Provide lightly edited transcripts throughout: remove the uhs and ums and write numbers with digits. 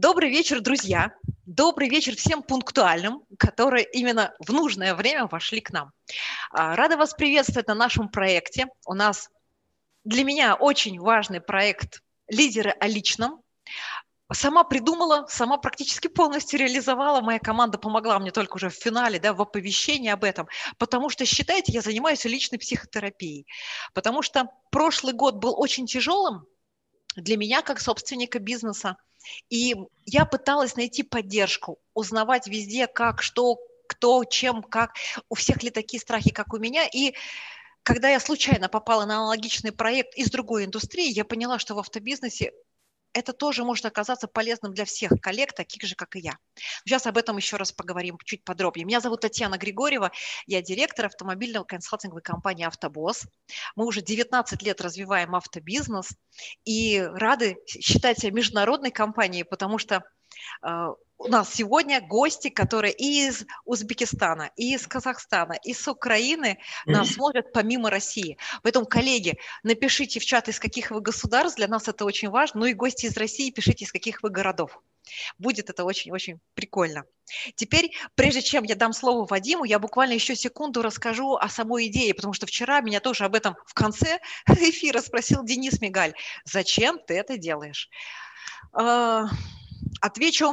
Добрый вечер, друзья! Добрый вечер всем пунктуальным, которые именно в нужное время вошли к нам. Рада вас приветствовать на нашем проекте. У нас для меня очень важный проект «Лидеры о личном». Сама придумала, сама практически полностью реализовала. Моя команда помогла мне только уже в финале, в оповещении об этом. Потому что, считайте, я занимаюсь личной психотерапией. Потому что прошлый год был очень тяжелым для меня как собственника бизнеса. И я пыталась найти поддержку, узнавать везде, как, что, кто, чем, как. У всех ли такие страхи, как у меня. И когда я случайно попала на аналогичный проект из другой индустрии, я поняла, что в автобизнесе это тоже может оказаться полезным для всех коллег, таких же, как и я. Сейчас об этом еще раз поговорим чуть подробнее. Меня зовут Татьяна Григорьева, я директор автомобильного консалтинговой компании «Автобосс». Мы уже 19 лет развиваем автобизнес и рады считать себя международной компанией, потому что у нас сегодня гости, которые и из Узбекистана, и из Казахстана, и с Украины нас смотрят помимо России. Поэтому, коллеги, напишите в чат, из каких вы государств, для нас это очень важно. Ну и гости из России, пишите, из каких вы городов. Будет это очень-очень прикольно. Теперь, прежде чем я дам слово Вадиму, я буквально еще секунду расскажу о самой идее, потому что вчера меня тоже об этом в конце эфира спросил Денис Мигаль. Зачем ты это делаешь? Отвечу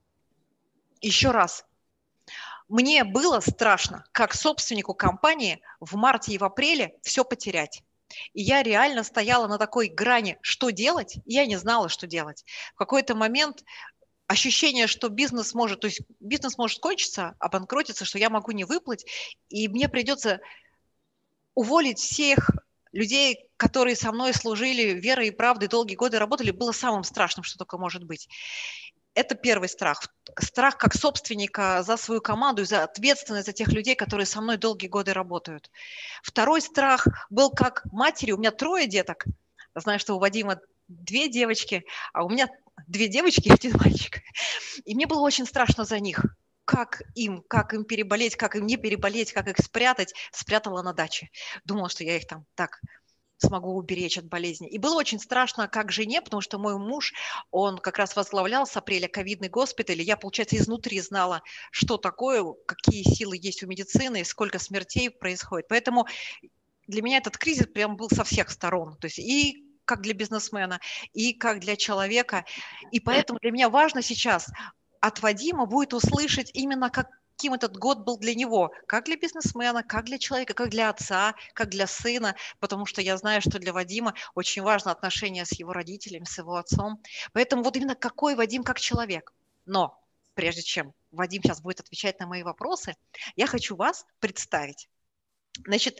еще раз. Мне было страшно, как собственнику компании, в марте и в апреле все потерять. И я реально стояла на такой грани, что делать, и я не знала, что делать. В какой-то момент ощущение, что бизнес может кончиться, обанкротиться, что я могу не выплыть, и мне придется уволить всех людей, которые со мной служили верой и правдой, долгие годы работали, было самым страшным, что только может быть. Это первый страх. Страх как собственника за свою команду и за ответственность за тех людей, которые со мной долгие годы работают. Второй страх был как матери. У меня 3 деток. Знаю, что у Вадима 2 девочки, а у меня 2 девочки и 1 мальчик. И мне было очень страшно за них. Как им переболеть, как им не переболеть, как их спрятать. Спрятала на даче. Думала, что я их там так смогу уберечь от болезни. И было очень страшно как жене, потому что мой муж, он как раз возглавлял с апреля ковидный госпиталь, и я, получается, изнутри знала, что такое, какие силы есть у медицины, сколько смертей происходит. Поэтому для меня этот кризис прям был со всех сторон. То есть и как для бизнесмена, и как для человека. И поэтому для меня важно сейчас от Вадима будет услышать именно каким этот год был для него, как для бизнесмена, как для человека, как для отца, как для сына, потому что я знаю, что для Вадима очень важно отношение с его родителями, с его отцом. Поэтому вот именно какой Вадим как человек. Но прежде чем Вадим сейчас будет отвечать на мои вопросы, я хочу вас представить. Значит,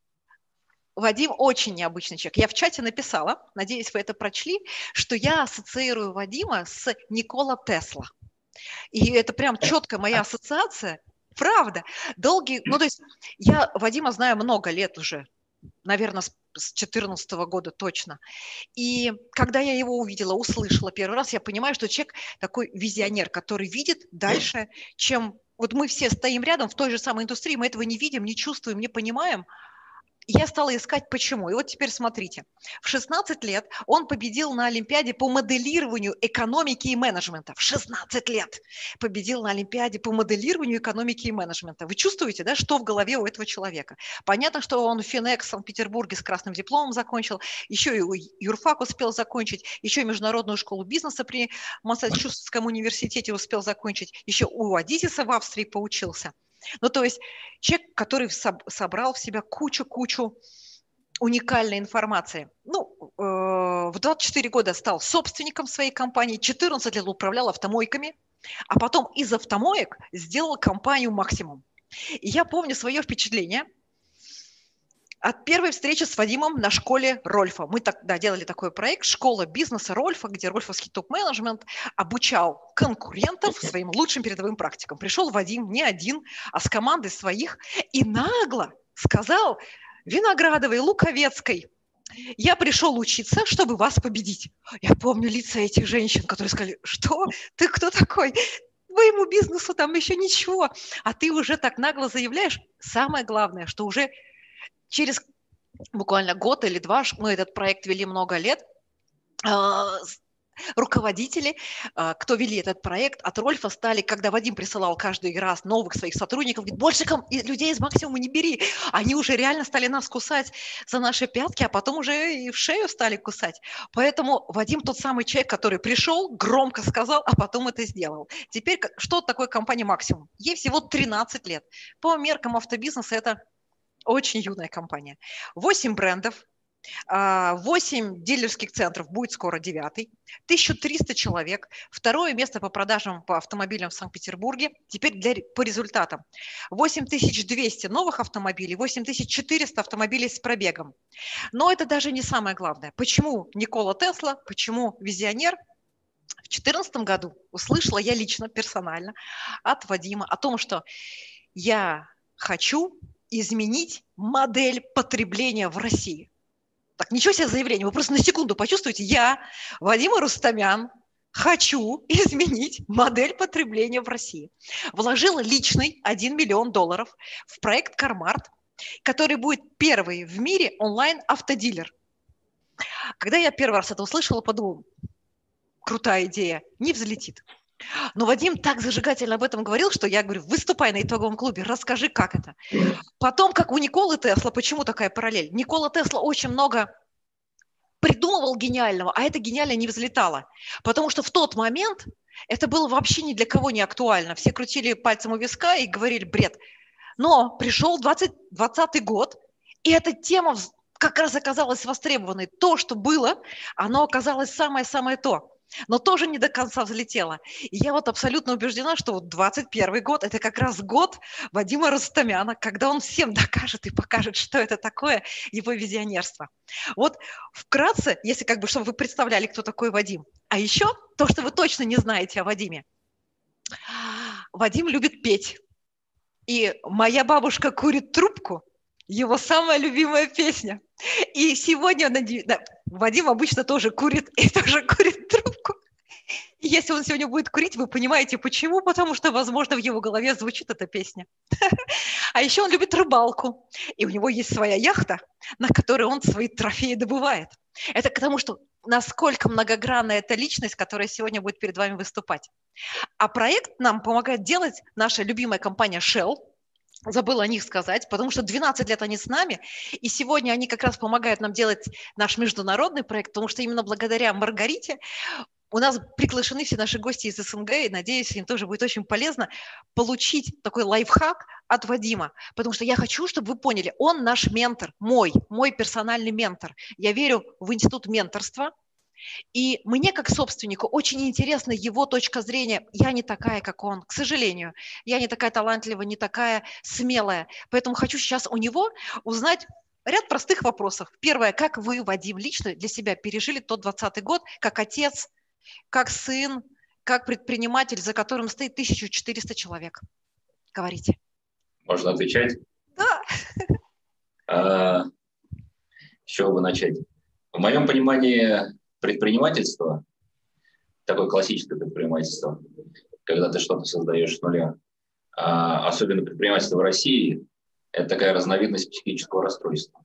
Вадим очень необычный человек. Я в чате написала, надеюсь, вы это прочли, что я ассоциирую Вадима с Никола Тесла. И это прям четкая моя ассоциация. Правда. То есть я Вадима знаю много лет уже, наверное, с 2014 года точно. И когда я его увидела, услышала первый раз, я понимаю, что человек такой визионер, который видит дальше, чем... Вот мы все стоим рядом в той же самой индустрии, мы этого не видим, не чувствуем, не понимаем. Я стала искать, почему. И вот теперь смотрите. В 16 лет он победил на Олимпиаде по моделированию экономики и менеджмента. В 16 лет победил на Олимпиаде по моделированию экономики и менеджмента. Вы чувствуете, да, что в голове у этого человека? Понятно, что он Финекс в Санкт-Петербурге с красным дипломом закончил, еще и юрфак успел закончить, еще и международную школу бизнеса при Массачусетском университете успел закончить, еще у Адизиса в Австрии поучился. Ну, то есть человек, который собрал в себя кучу уникальной информации. В 24 года стал собственником своей компании, 14 лет управлял автомойками, а потом из автомоек сделал компанию «Максимум». И я помню свое впечатление от первой встречи с Вадимом на школе Рольфа. Мы тогда делали такой проект «Школа бизнеса Рольфа», где рольфовский топ-менеджмент обучал конкурентов своим лучшим передовым практикам. Пришел Вадим не один, а с командой своих и нагло сказал Виноградовой, Луковецкой: я пришел учиться, чтобы вас победить. Я помню лица этих женщин, которые сказали: что? Ты кто такой? Твоему бизнесу там еще ничего. А ты уже так нагло заявляешь. Самое главное, что уже через буквально год или 2, мы этот проект вели много лет, руководители, кто вели этот проект, от Рольфа стали, когда Вадим присылал каждый раз новых своих сотрудников, говорит, больше людей из максимума не бери. Они уже реально стали нас кусать за наши пятки, а потом уже и в шею стали кусать. Поэтому Вадим тот самый человек, который пришел, громко сказал, а потом это сделал. Теперь что такое компания «Максимум»? Ей всего 13 лет. По меркам автобизнеса это очень юная компания. 8 брендов, 8 дилерских центров, будет скоро 9-й, 1300 человек, второе место по продажам по автомобилям в Санкт-Петербурге, теперь по результатам. 8200 новых автомобилей, 8400 автомобилей с пробегом. Но это даже не самое главное. Почему Никола Тесла, почему визионер? В 2014 году услышала я лично, персонально от Вадима о том, что я хочу изменить модель потребления в России. Так, ничего себе заявление, вы просто на секунду почувствуйте, я, Вадим Рустамян, хочу изменить модель потребления в России. Вложила личный $1 миллион в проект «Кармарт», который будет первый в мире онлайн-автодилер. Когда я первый раз это услышала, подумала, крутая идея, не взлетит. Но Вадим так зажигательно об этом говорил, что я говорю, выступай на итоговом клубе, расскажи, как это. Потом, как у Николы Тесла, почему такая параллель? Никола Тесла очень много придумывал гениального, а это гениально не взлетало. Потому что в тот момент это было вообще ни для кого не актуально. Все крутили пальцем у виска и говорили бред. Но пришел 2020 год, и эта тема как раз оказалась востребованной. То, что было, оно оказалось самое-самое то. Но тоже не до конца взлетело. И я вот абсолютно убеждена, что вот 2021 год – это как раз год Вадима Рустамяна, когда он всем докажет и покажет, что это такое его визионерство. Вот вкратце, если как бы, чтобы вы представляли, кто такой Вадим. А еще то, что вы точно не знаете о Вадиме. Вадим любит петь. И «Моя бабушка курит трубку» – его самая любимая песня. И сегодня Вадим обычно тоже курит и тоже курит трубку. И если он сегодня будет курить, вы понимаете, почему? Потому что, возможно, в его голове звучит эта песня. А еще он любит рыбалку. И у него есть своя яхта, на которой он свои трофеи добывает. Это к тому, что насколько многогранная эта личность, которая сегодня будет перед вами выступать. А проект нам помогает делать наша любимая компания Shell. Забыла о них сказать, потому что 12 лет они с нами, и сегодня они как раз помогают нам делать наш международный проект, потому что именно благодаря Маргарите у нас приглашены все наши гости из СНГ, и, надеюсь, им тоже будет очень полезно получить такой лайфхак от Вадима, потому что я хочу, чтобы вы поняли, он наш ментор, мой персональный ментор. Я верю в институт менторства, и мне, как собственнику, очень интересна его точка зрения. Я не такая, как он, к сожалению. Я не такая талантливая, не такая смелая. Поэтому хочу сейчас у него узнать ряд простых вопросов. Первое, как вы, Вадим, лично для себя пережили тот 2020 год, как отец, как сын, как предприниматель, за которым стоит 1400 человек? Говорите. Можно отвечать? Да. С чего бы начать? В моем понимании предпринимательство, такое классическое предпринимательство, когда ты что-то создаешь с нуля, особенно предпринимательство в России, это такая разновидность психического расстройства.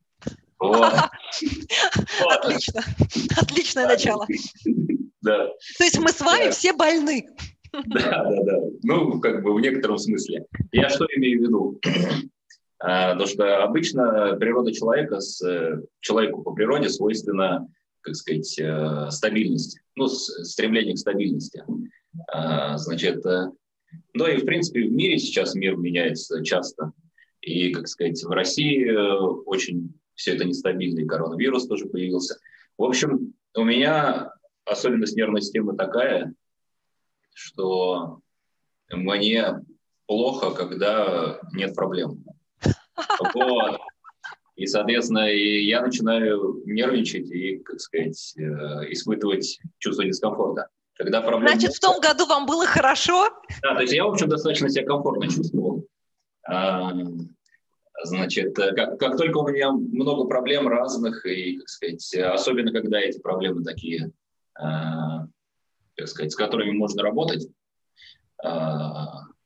Отлично. Отличное начало. Да. То есть мы с вами все больны. Да. Ну, как бы в некотором смысле. Я что имею в виду? Потому что обычно природа человека, человеку по природе свойственна, как сказать, стабильность, ну, стремление к стабильности. Значит, ну и в принципе в мире сейчас мир меняется часто. И, как сказать, в России очень все это нестабильно, и коронавирус тоже появился. В общем, у меня особенность нервной системы такая, что мне плохо, когда нет проблем. Вот. И, соответственно, я начинаю нервничать и, как сказать, испытывать чувство дискомфорта. Когда проблем Значит, в том году вам было хорошо? Да, то есть я, в общем, достаточно себя комфортно чувствовал. Значит, как только у меня много проблем разных, и, как сказать, особенно когда эти проблемы такие, как сказать, с которыми можно работать,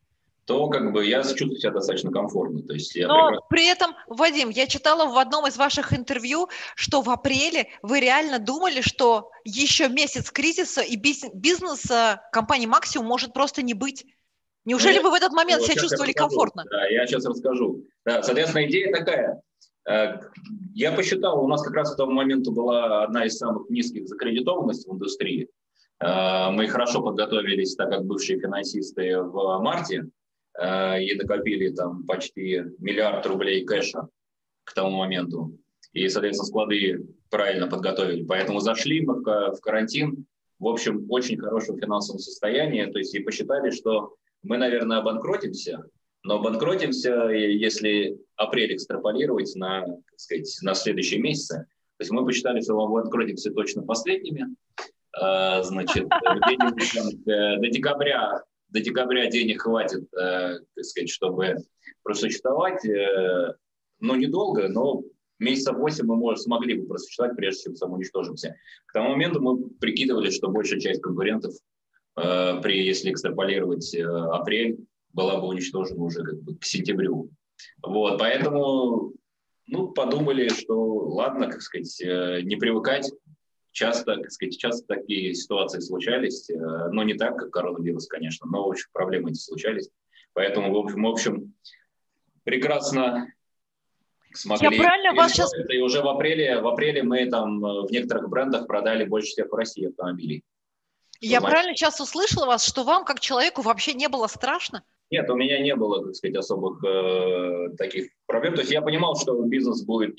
то как бы я чувствую себя достаточно комфортно. То есть я Но прекрасно... при этом, Вадим, я читала в одном из ваших интервью, что в апреле вы реально думали, что еще месяц кризиса и бизнеса компании «Максимум» может просто не быть. Ну, Неужели вы в этот момент вот себя сейчас я чувствовали расскажу. комфортно? Да, я сейчас расскажу. Да, соответственно, идея такая. Я посчитал, у нас как раз к тому моменту была одна из самых низких закредитованностей в индустрии. Мы хорошо подготовились, так как бывшие финансисты в марте, и накопили там почти 1 миллиард рублей кэша к тому моменту. И, соответственно, склады правильно подготовили. Поэтому зашли мы в карантин, в общем, очень хорошем финансовом состоянии. То есть и посчитали, что мы, наверное, обанкротимся, но обанкротимся, если апрель экстраполировать на, так сказать, на следующие месяцы. То есть мы посчитали, что мы обанкротимся точно последними. Значит, до декабря денег хватит, так сказать, чтобы просуществовать. Ну, недолго, но месяцев 8 мы смогли бы просуществовать, прежде чем самоуничтожимся. К тому моменту мы прикидывали, что большая часть конкурентов, если экстраполировать апрель, была бы уничтожена уже как бы к сентябрю. Вот, поэтому подумали, что ладно, как сказать, не привыкать. Часто такие ситуации случались, но не так, как коронавирус, конечно, но очень проблемы эти случались. Поэтому, в общем прекрасно Я смогли правильно вас сейчас... перестроиться, и уже в апреле мы там в некоторых брендах продали больше всех в России автомобилей. Я правильно сейчас услышала вас, что вам, как человеку, вообще не было страшно? Нет, у меня не было, так сказать, особых таких проблем. То есть я понимал, что бизнес будет,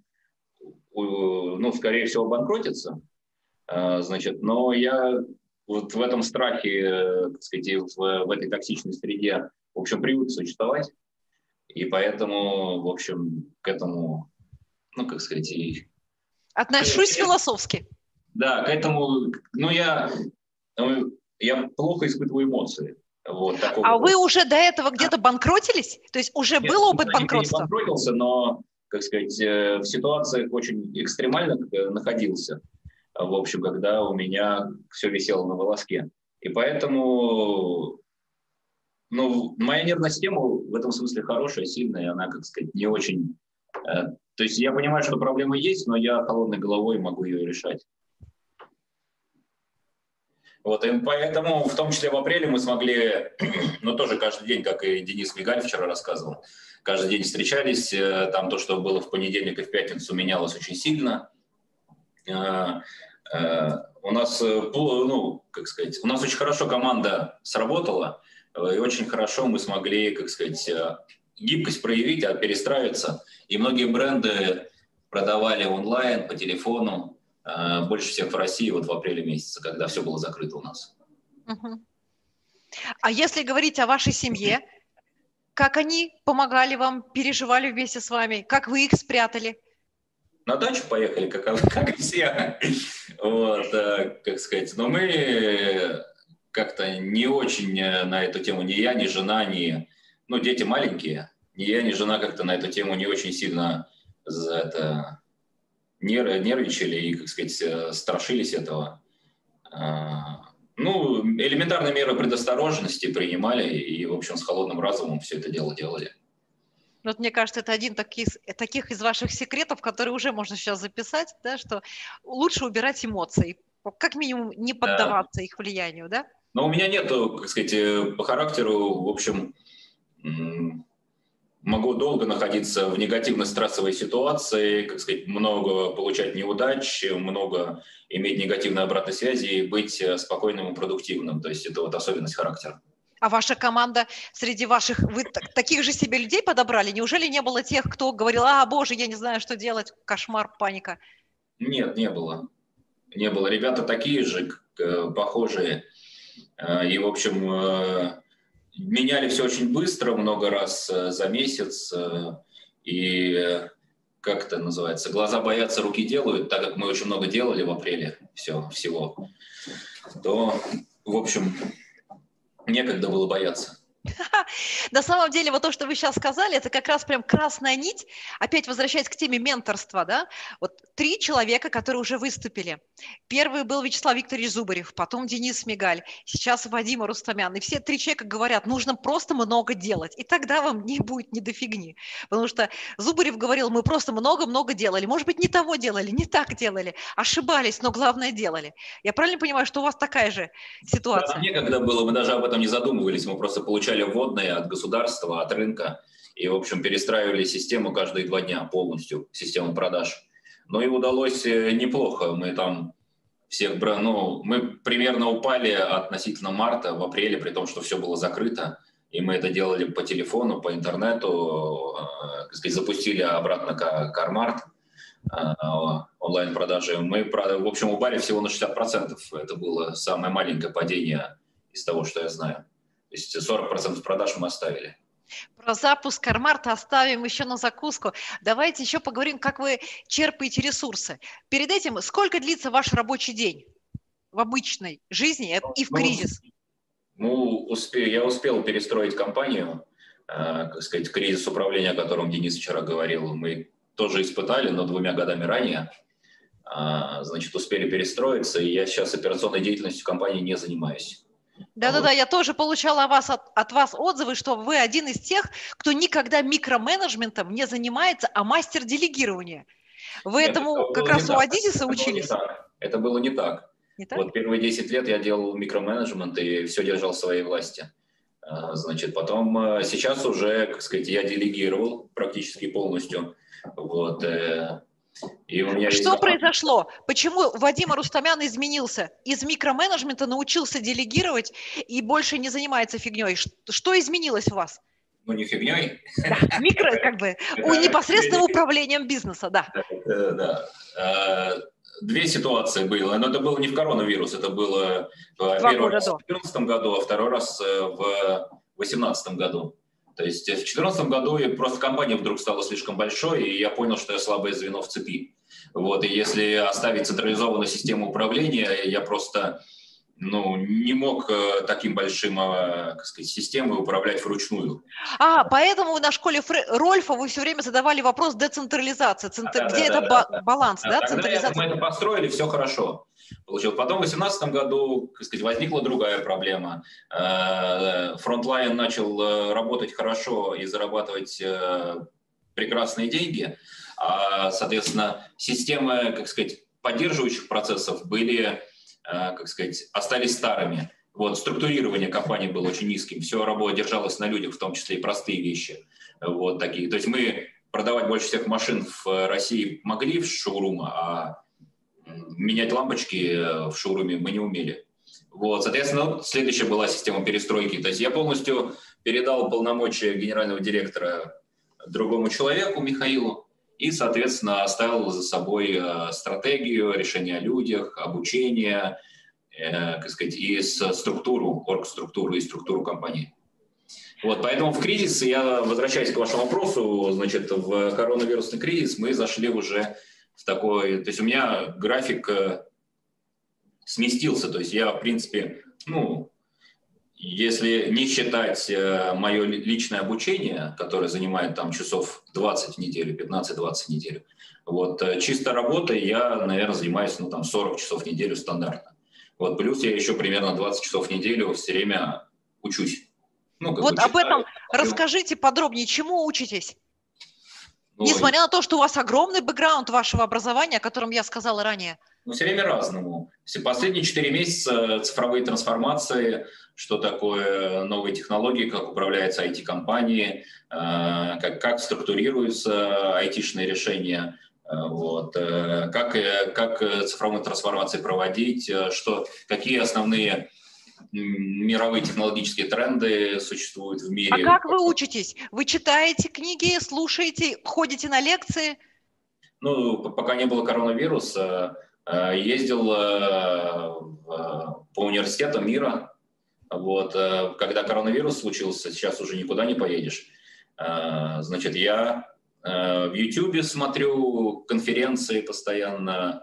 скорее всего, банкротиться. Значит, но я вот в этом страхе, так сказать, в этой токсичной среде, в общем, привык существовать. И поэтому, в общем, к этому, как сказать, и... Отношусь философски. Да, к этому, я плохо испытываю эмоции. Вот, А вы уже до этого где-то банкротились? То есть уже был опыт банкротства? Я не банкротился, но, как сказать, в ситуациях очень экстремальных находился. В общем, когда у меня все висело на волоске. И поэтому, моя нервная система в этом смысле хорошая, сильная, она, как сказать, не очень... То есть я понимаю, что проблема есть, но я холодной головой могу ее решать. Вот, и поэтому, в том числе в апреле, мы смогли, тоже каждый день, как и Денис Вигаль вчера рассказывал, каждый день встречались, там то, что было в понедельник и в пятницу, менялось очень сильно. У нас, у нас очень хорошо команда сработала, и очень хорошо мы смогли, как сказать, гибкость проявить, перестраиваться. И многие бренды продавали онлайн, по телефону, больше всех в России вот в апреле месяце, когда все было закрыто у нас. А если говорить о вашей семье, как они помогали вам, переживали вместе с вами, как вы их спрятали? На дачу поехали, как и все. Вот, как сказать. Но мы как-то не очень на эту тему, ни я, ни жена, дети маленькие, ни я, ни жена как-то на эту тему не очень сильно нервничали и, как сказать, страшились этого. Элементарные меры предосторожности принимали и, в общем, с холодным разумом все это дело делали. Вот мне кажется, это один таких из ваших секретов, которые уже можно сейчас записать, да, что лучше убирать эмоции, как минимум не поддаваться их влиянию, да? Но у меня нету, как сказать, по характеру, в общем, могу долго находиться в негативной стрессовой ситуации, как сказать, много получать неудач, много иметь негативной обратной связи и быть спокойным и продуктивным. То есть это вот особенность характера. А ваша команда среди ваших, вы таких же себе людей подобрали? Неужели не было тех, кто говорил, боже, я не знаю, что делать, кошмар, паника? Нет, не было. Не было. Ребята такие же, похожие. И, в общем, меняли все очень быстро, много раз за месяц. И, как это называется, глаза боятся, руки делают. Так как мы очень много делали в апреле всего, то, в общем, некогда было бояться. На самом деле, вот то, что вы сейчас сказали, это как раз прям красная нить. Опять возвращаясь к теме менторства, да, вот 3 человека, которые уже выступили. Первый был Вячеслав Викторович Зубарев, потом Денис Смигаль, сейчас Вадим Рустамян. И все 3 человека говорят, нужно просто много делать, и тогда вам не будет ни до фигни. Потому что Зубарев говорил, мы просто много-много делали. Может быть, не того делали, не так делали, ошибались, но главное делали. Я правильно понимаю, что у вас такая же Да, нам ситуация? некогда было, мы даже об этом не задумывались, мы просто получали вводные от государства, от рынка, и, в общем, перестраивали систему каждые 2 дня полностью, систему продаж. Но и удалось неплохо, мы там всех, ну, мы примерно упали относительно марта в апреле, при том, что все было закрыто, и мы это делали по телефону, по интернету, так сказать, запустили обратно Кармарт, онлайн-продажи. Мы, в общем, упали всего на 60%. Это было самое маленькое падение из того, что я знаю. То есть 40% продаж мы оставили. Про запуск Кармарта оставим еще на закуску. Давайте еще поговорим, как вы черпаете ресурсы. Перед этим, сколько длится ваш рабочий день в обычной жизни и в кризис? Ну, я успел перестроить компанию, как сказать, кризис управления, о котором Денис вчера говорил, мы тоже испытали, но 2 годами ранее. Значит, успели перестроиться, и я сейчас операционной деятельностью компании не занимаюсь. Да-да-да, я тоже получала от вас отзывы, что вы один из тех, кто никогда микроменеджментом не занимается, а мастер делегирования. Вы Нет, этому это как было не раз у так. Адизиса учились? Это было не так. Не так? Вот первые 10 лет я делал микроменеджмент и все держал в своей власти. Значит, потом сейчас уже, как сказать, я делегировал практически полностью. Вот. И у меня есть Что команда. произошло? Почему Вадим Рустамян изменился? Из микроменеджмента научился делегировать и больше не занимается фигней. Что изменилось у вас? Ну, не фигней. Да, как бы, непосредственным управлением бизнеса, да. Да. 2 ситуации было. Но это было не в коронавирус, это было 2 первый года раз до. в 2014 году, а второй раз в 2018 году. То есть в 2014 году просто компания вдруг стала слишком большой, и я понял, что я слабое звено в цепи. Вот, и если оставить централизованную систему управления, я просто не мог таким большим, как сказать, системой управлять вручную. Поэтому на школе Рольфа вы все время задавали вопрос децентрализации. Где это Да. баланс, да, Тогда мы централизация? это построили, все хорошо. Потом в 2018 году, так сказать, возникла другая проблема. Фронтлайн начал работать хорошо и зарабатывать прекрасные деньги, соответственно, системы, как сказать, поддерживающих процессов были, как сказать, остались старыми. Вот, структурирование компании было очень низким, все держалось на людях, в том числе и простые вещи. Вот такие. То есть мы продавать больше всех машин в России могли в шоурума, а менять лампочки в шоуруме мы не умели. Вот, соответственно, следующая была система перестройки. То есть я полностью передал полномочия генерального директора другому человеку, Михаилу, и, соответственно, оставил за собой стратегию, решение о людях, обучение, как сказать, и структуру, оргструктуру и структуру компании. Вот, поэтому в кризис, я возвращаюсь к вашему вопросу, значит, в коронавирусный кризис мы зашли уже в такой, то есть у меня график сместился, то есть я, в принципе, если не считать мое личное обучение, которое занимает там часов 20 в неделю, 15-20 в неделю, вот, чисто работой я, наверное, занимаюсь, 40 часов в неделю стандартно. Вот, плюс я еще примерно 20 часов в неделю все время учусь. Вот об этом расскажите подробнее, чему учитесь? Несмотря на то, что у вас огромный бэкграунд вашего образования, о котором я сказала ранее. Все время разному. Последние 4 месяца цифровые трансформации, что такое новые технологии, как управляются IT-компании, как структурируются IT-шные решения, вот, как цифровые трансформации проводить, какие основные мировые технологические тренды существуют в мире. А как вы учитесь? Вы читаете книги, слушаете, ходите на лекции? Пока не было коронавируса, ездил по университетам мира. Вот, когда коронавирус случился, сейчас уже никуда не поедешь. Значит, я в YouTube смотрю конференции постоянно,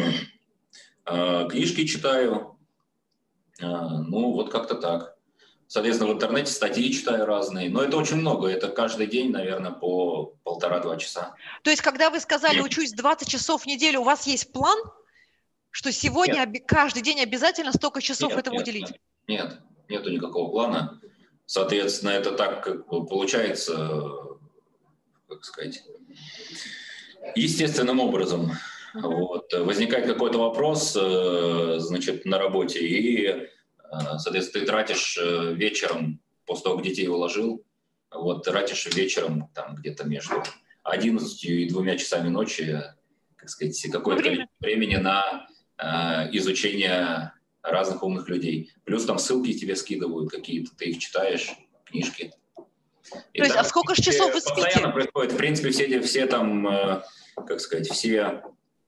книжки читаю. Вот как-то так. Соответственно, в интернете статьи читаю разные. Но это очень много. Это каждый день, наверное, по 1,5-2 часа. То есть, когда вы сказали, учусь 20 часов в неделю, у вас есть план, что сегодня каждый день обязательно столько часов этому уделить? Нет, нету никакого плана. Соответственно, это так как получается, как сказать, естественным образом. Вот. Возникает какой-то вопрос, значит, на работе, и, соответственно, ты тратишь вечером, после того, как детей уложил, вот, тратишь вечером там где-то между 11 и 2 часами ночи, как сказать, какое-то количество времени на изучение разных умных людей. Плюс там ссылки тебе скидывают какие-то, ты их читаешь, книжки. И то есть, а сколько же часов вы спите? Постоянно происходит. В принципе, все там, как сказать, все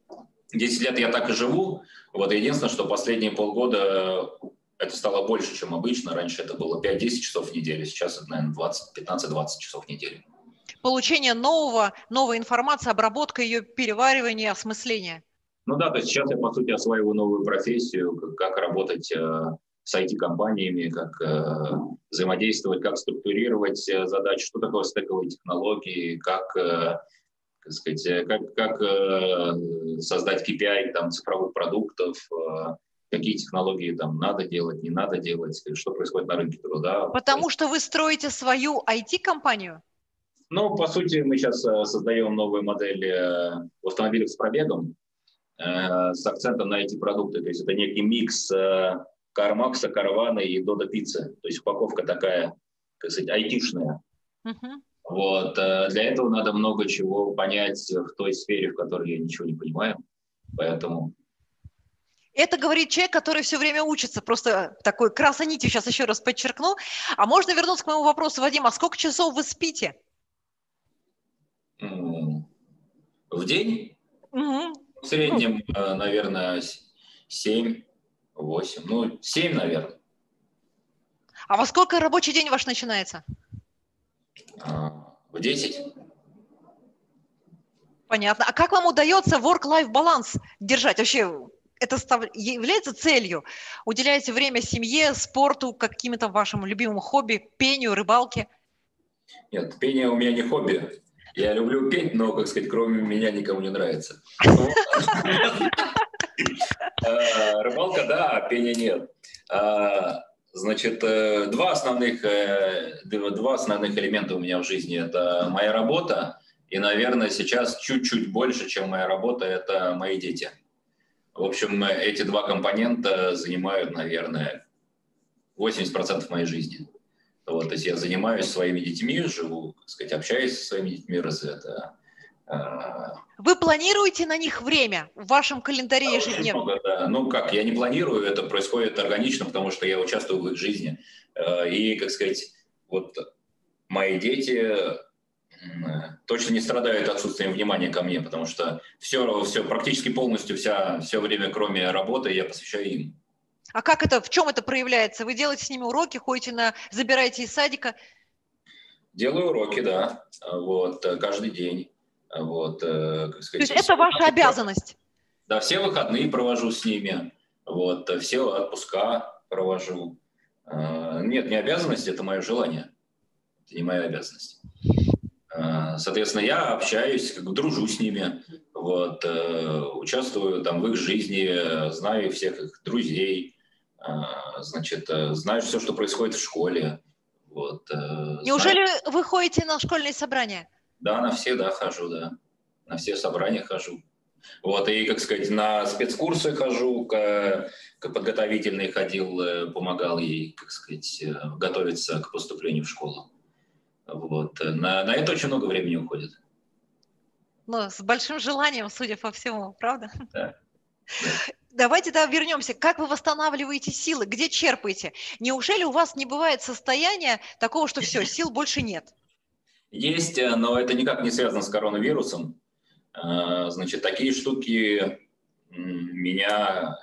10 лет я так и живу. Вот единственное, что последние полгода это стало больше, чем обычно. Раньше это было 5-10 часов в неделю, сейчас это, наверное, 15-20 часов в неделю. Получение новой информации, обработка ее, переваривание, осмысление. Ну да, то есть сейчас я, по сути, осваиваю новую профессию, как работать с IT-компаниями, как взаимодействовать, как структурировать задачи, что такое стековые технологии, как сказать, как создать KPI там, цифровых продуктов, какие технологии там надо делать, не надо делать, что происходит на рынке труда. Потому что вы строите свою IT-компанию? Ну, по сути, мы сейчас создаем новую модель в автомобилях с пробегом, с акцентом на эти продукты. То есть это некий микс Кармакса, Каравана и Додо Пиццы. То есть упаковка такая, как сказать, айтишная. Вот. Для этого надо много чего понять в той сфере, в которой я ничего не понимаю. Поэтому... Это говорит человек, который все время учится. Просто такой красной нитью сейчас еще раз подчеркну. А можно вернуться к моему вопросу, Вадим, а сколько часов вы спите? В день? В среднем, наверное, 7-8. Ну, 7, наверное. А во сколько рабочий день ваш начинается? В 10. Понятно. А как вам удается work-life баланс держать? Вообще, это является целью? Уделяете время семье, спорту, каким-то вашим любимым хобби, пению, рыбалке? Нет, пение у меня не хобби. Я люблю петь, но, как сказать, кроме меня никому не нравится. Рыбалка, да, пения нет. Значит, два основных элемента у меня в жизни. Это моя работа, и, наверное, сейчас чуть-чуть больше, чем моя работа, это мои дети. В общем, эти два компонента занимают, наверное, 80% моей жизни. Вот, то есть я занимаюсь своими детьми, живу, так сказать, общаюсь со своими детьми. Вы планируете на них время в вашем календаре ежедневно? Много, да. Ну как, я не планирую, это происходит органично, потому что я участвую в их жизни. И, как сказать, вот мои дети точно не страдают отсутствием внимания ко мне, потому что все практически полностью все время, кроме работы, я посвящаю им. А как это, в чем это проявляется? Вы делаете с ними уроки, забираете из садика? Делаю уроки, да, вот, каждый день. Вот, как сказать, то есть это ваша обязанность? Да, все выходные провожу с ними, вот, все отпуска провожу. Нет, не обязанность, это мое желание. Это не моя обязанность. Соответственно, я общаюсь, дружу с ними, вот, участвую там в их жизни, знаю всех их друзей, значит, знаю все, что происходит в школе. Вот, Неужели вы ходите на школьные собрания? Да, на все, да, хожу, да. На все собрания хожу. Вот, и, как сказать, на спецкурсы хожу, к подготовительной ходил, помогал ей, как сказать, готовиться к поступлению в школу. Вот. На это очень много времени уходит. Ну, с большим желанием, судя по всему, правда? Да. Давайте вернемся. Как вы восстанавливаете силы? Где черпаете? Неужели у вас не бывает состояния такого, что все, сил больше нет? Есть, но это никак не связано с коронавирусом. Значит, такие штуки меня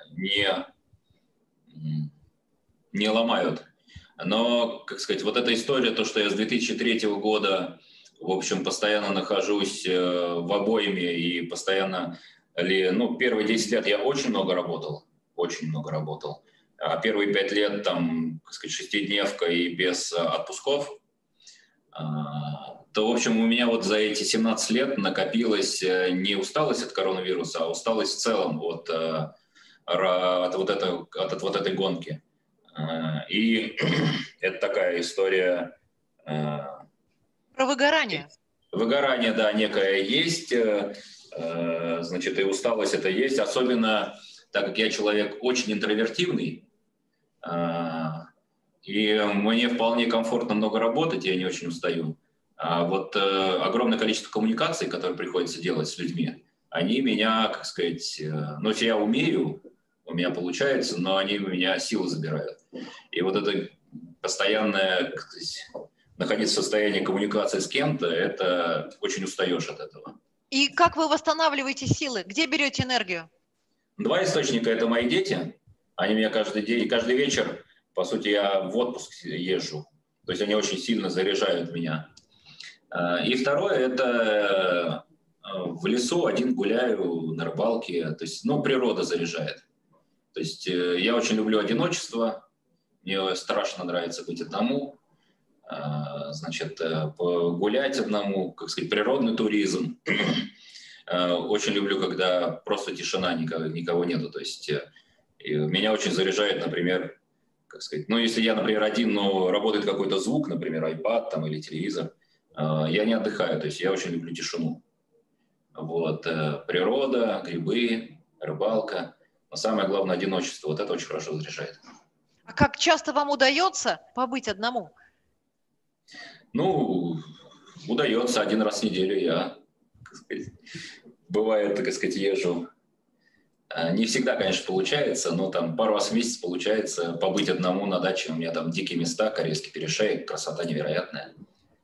не ломают. Но, как сказать, вот эта история, то, что я с 2003 года, в общем, постоянно нахожусь в обойме и постоянно, первые 10 лет я очень много работал. первые 5 лет там, так сказать, шестидневка и без отпусков, то, в общем, у меня вот за эти 17 лет накопилась не усталость от коронавируса, а усталость в целом от вот этой гонки. И это такая история... Про выгорание. Выгорание, да, некое есть, значит, и усталость это есть, особенно так как я человек очень интровертивный, и мне вполне комфортно много работать, я не очень устаю. А вот огромное количество коммуникаций, которые приходится делать с людьми, они меня, как сказать, ну, я умею, у меня получается, но они у меня силы забирают. И вот это постоянное, как сказать, находиться в состоянии коммуникации с кем-то, это очень устаешь от этого. И как вы восстанавливаете силы? Где берете энергию? 2 источника – это мои дети. Они меня каждый день, каждый вечер, по сути, я в отпуск езжу. То есть они очень сильно заряжают меня. И второе – это в лесу один гуляю на рыбалке. То есть, ну, природа заряжает. То есть я очень люблю одиночество. Мне страшно нравится быть одному. Значит, погулять одному, как сказать, природный туризм. Очень люблю, когда просто тишина, никого нету. То есть меня очень заряжает, например, как сказать, ну, если я, например, один, но работает какой-то звук, например, iPad там, или телевизор, я не отдыхаю, то есть я очень люблю тишину. Вот, природа, грибы, рыбалка, но самое главное одиночество, вот это очень хорошо заряжает. А как часто вам удается побыть одному? Ну, удается 1 раз в неделю я, так сказать, бывает, так сказать, езжу. Не всегда, конечно, получается, но там пару раз в месяц получается побыть одному на даче. У меня там дикие места, Карельский перешеек, красота невероятная.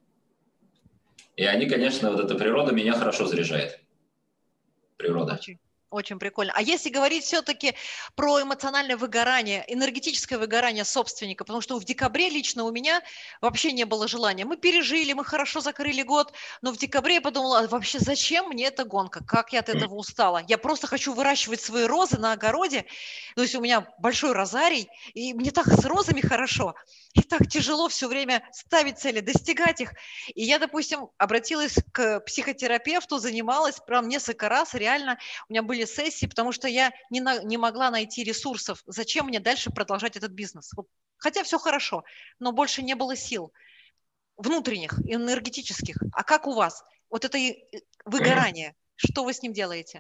И они, конечно, вот эта природа меня хорошо заряжает. Природа. Очень, очень прикольно. А если говорить все-таки про эмоциональное выгорание, энергетическое выгорание собственника, потому что в декабре лично у меня вообще не было желания. Мы пережили, мы хорошо закрыли год, но в декабре я подумала, а вообще зачем мне эта гонка? Как я от этого устала? Я просто хочу выращивать свои розы на огороде. То есть у меня большой розарий, и мне так с розами хорошо. И так тяжело все время ставить цели, достигать их. И я, допустим, обратилась к психотерапевту, занималась прям несколько раз, реально у меня были сессии, потому что я не могла найти ресурсов. Зачем мне дальше продолжать этот бизнес? Вот, хотя все хорошо, но больше не было сил внутренних, энергетических. А как у вас? Вот это выгорание, что вы с ним делаете?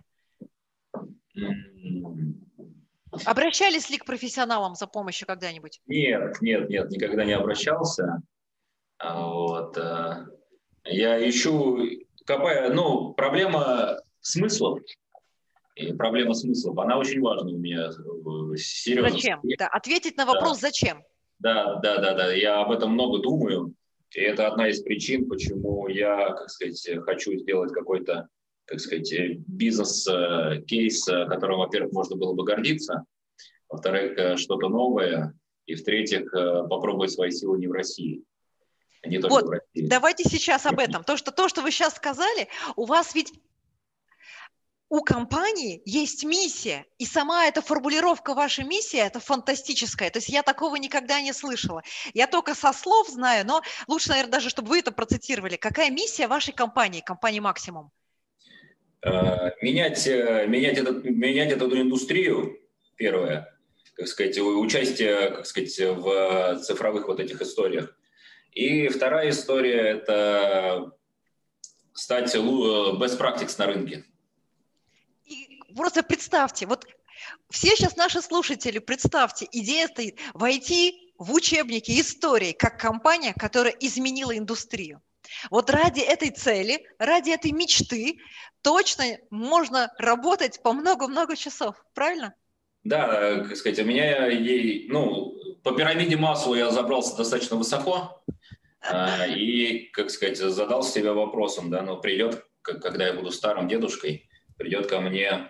Обращались ли к профессионалам за помощью когда-нибудь? Нет, никогда не обращался. Вот. Я ищу, копаю, ну, проблема смыслов. И проблема смыслов, она очень важна у меня. Серьезно. Зачем? Да, ответить на вопрос «зачем?». Да. Я об этом много думаю. И это одна из причин, почему я, как сказать, хочу сделать какой-то, как сказать, бизнес-кейс, которым, во-первых, можно было бы гордиться, во-вторых, что-то новое, и в-третьих, попробовать свои силы не в России. Не только вот, в России. давайте сейчас об этом. То, что вы сейчас сказали, у вас ведь у компании есть миссия, и сама эта формулировка вашей миссии, это фантастическая. То есть я такого никогда не слышала. Я только со слов знаю, но лучше, наверное, даже, чтобы вы это процитировали. Какая миссия вашей компании «Максимум»? Менять эту индустрию, первое, как сказать, участие, как сказать, в цифровых вот этих историях. И вторая история – это стать best practice на рынке. И просто представьте, вот все сейчас наши слушатели, представьте, идея стоит войти в учебники истории как компания, которая изменила индустрию. Вот ради этой цели, ради этой мечты точно можно работать по много-много часов, правильно? Да, как сказать, у меня по пирамиде Маслоу я забрался достаточно высоко и, как сказать, задал себе вопросом, да, но придет, когда я буду старым дедушкой, придет ко мне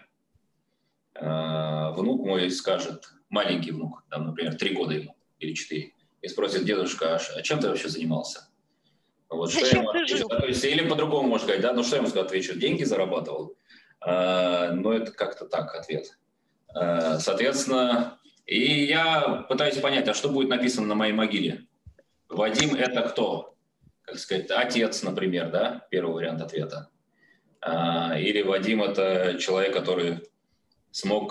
внук мой и скажет, маленький внук, там, например, 3 года ему или 4, и спросит: дедушка, а чем ты вообще занимался? Вот, что я ему отвечу? То есть, или по-другому можно сказать, да, ну что я ему отвечу? Деньги зарабатывал? Но это как-то так ответ. Соответственно, И я пытаюсь понять, а что будет написано на моей могиле? Вадим – это кто? Как сказать, отец, например, да? Первый вариант ответа. Или Вадим – это человек, который смог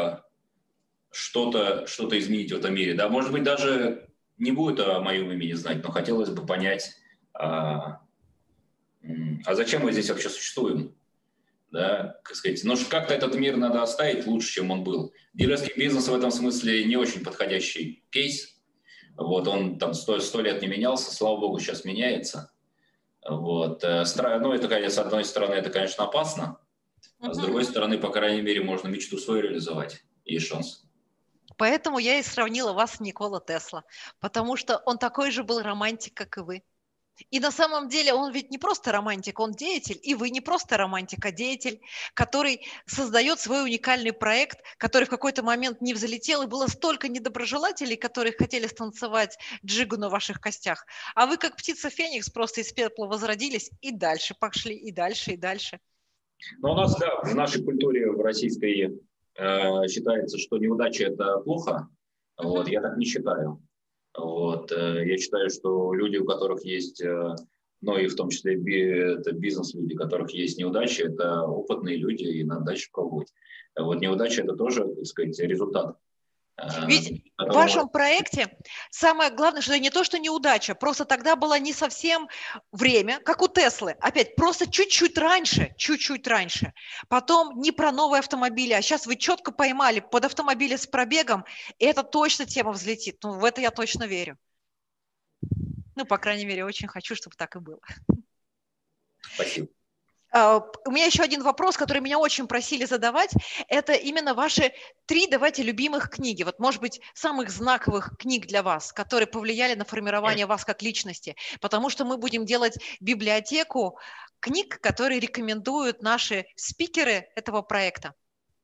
что-то изменить в этом мире. Да, может быть, даже не будет о моем имени знать, но хотелось бы понять, а зачем мы здесь вообще существуем? Да, как сказать, ну, как-то этот мир надо оставить лучше, чем он был. Дилерский бизнес в этом смысле не очень подходящий кейс. Вот, он там 100 лет не менялся, слава богу, сейчас меняется. Вот. Ну, это, конечно, с одной стороны, это, конечно, опасно, а с другой стороны, по крайней мере, можно мечту свою реализовать. Есть шанс. Поэтому я и сравнила вас с Никола Тесла, потому что он такой же был романтик, как и вы. И на самом деле он ведь не просто романтик, он деятель, и вы не просто романтик, а деятель, который создает свой уникальный проект, который в какой-то момент не взлетел, и было столько недоброжелателей, которые хотели станцевать джигу на ваших костях. А вы, как птица Феникс, просто из пепла возродились и дальше пошли, и дальше, и дальше. Но у нас, да, в нашей культуре, в российской, считается, что неудача – это плохо. Вот, я так не считаю. Вот, я считаю, что люди, у которых есть, ну и в том числе это бизнес-люди, у которых есть неудачи, это опытные люди, и надо дальше пробовать. Вот неудача – это тоже, так сказать, результат. Ведь в вашем проекте самое главное, что это не то, что неудача, просто тогда было не совсем время, как у Теслы. Опять, просто чуть-чуть раньше. Потом не про новые автомобили, а сейчас вы четко поймали под автомобили с пробегом, и это точно тема взлетит. Ну, в это я точно верю. Ну, по крайней мере, очень хочу, чтобы так и было. Спасибо. У меня еще один вопрос, который меня очень просили задавать. Это именно ваши 3, давайте, любимых книги. Вот, может быть, самых знаковых книг для вас, которые повлияли на формирование вас как личности. Потому что мы будем делать библиотеку книг, которые рекомендуют наши спикеры этого проекта.